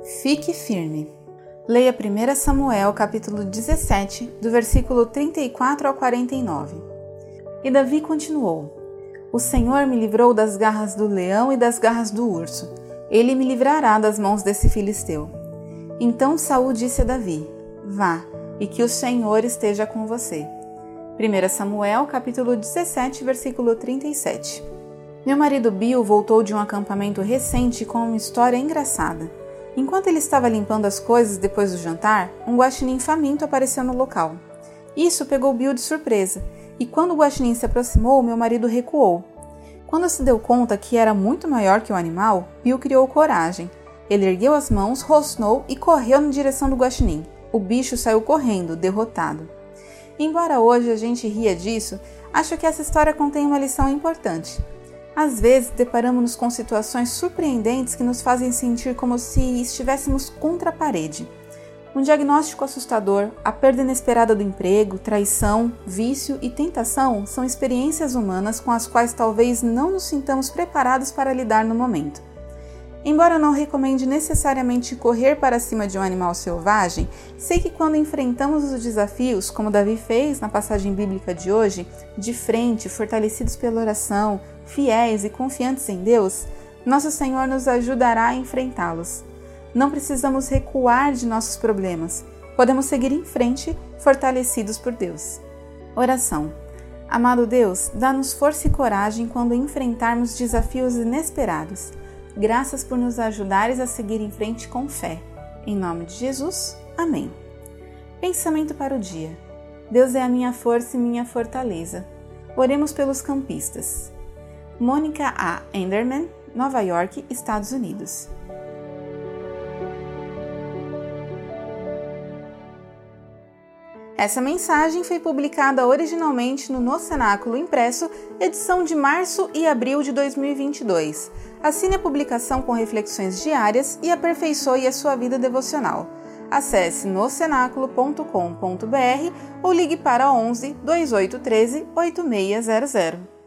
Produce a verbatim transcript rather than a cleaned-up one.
Fique firme. Leia primeiro Samuel, capítulo dezessete, do versículo trinta e quatro ao quarenta e nove. E Davi continuou: O Senhor me livrou das garras do leão e das garras do urso. Ele me livrará das mãos desse filisteu. Então Saul disse a Davi: Vá, e que o Senhor esteja com você. primeiro Samuel, capítulo dezessete, versículo trinta e sete. Meu marido Bill voltou de um acampamento recente com uma história engraçada. Enquanto ele estava limpando as coisas depois do jantar, um guaxinim faminto apareceu no local. Isso pegou Bill de surpresa, e quando o guaxinim se aproximou, meu marido recuou. Quando se deu conta que era muito maior que o animal, Bill criou coragem. Ele ergueu as mãos, rosnou e correu na direção do guaxinim. O bicho saiu correndo, derrotado. Embora hoje a gente ria disso, acho que essa história contém uma lição importante. Às vezes, deparamos-nos com situações surpreendentes que nos fazem sentir como se estivéssemos contra a parede. Um diagnóstico assustador, a perda inesperada do emprego, traição, vício e tentação são experiências humanas com as quais talvez não nos sintamos preparados para lidar no momento. Embora eu não recomende necessariamente correr para cima de um animal selvagem, sei que quando enfrentamos os desafios, como Davi fez na passagem bíblica de hoje, de frente, fortalecidos pela oração, fiéis e confiantes em Deus, nosso Senhor nos ajudará a enfrentá-los. Não precisamos recuar de nossos problemas, podemos seguir em frente, fortalecidos por Deus. Oração. Amado Deus, dá-nos força e coragem quando enfrentarmos desafios inesperados. Graças por nos ajudares a seguir em frente com fé. Em nome de Jesus, amém. Pensamento para o dia. Deus é a minha força e minha fortaleza. Oremos pelos campistas. Mônica A. Enderman, Nova York, Estados Unidos. Essa mensagem foi publicada originalmente no No Cenáculo Impresso, edição de março e abril de dois mil e vinte e dois. Assine a publicação com reflexões diárias e aperfeiçoe a sua vida devocional. Acesse no cenáculo ponto com ponto br ou ligue para onze, dois oito um três, oito seis zero zero.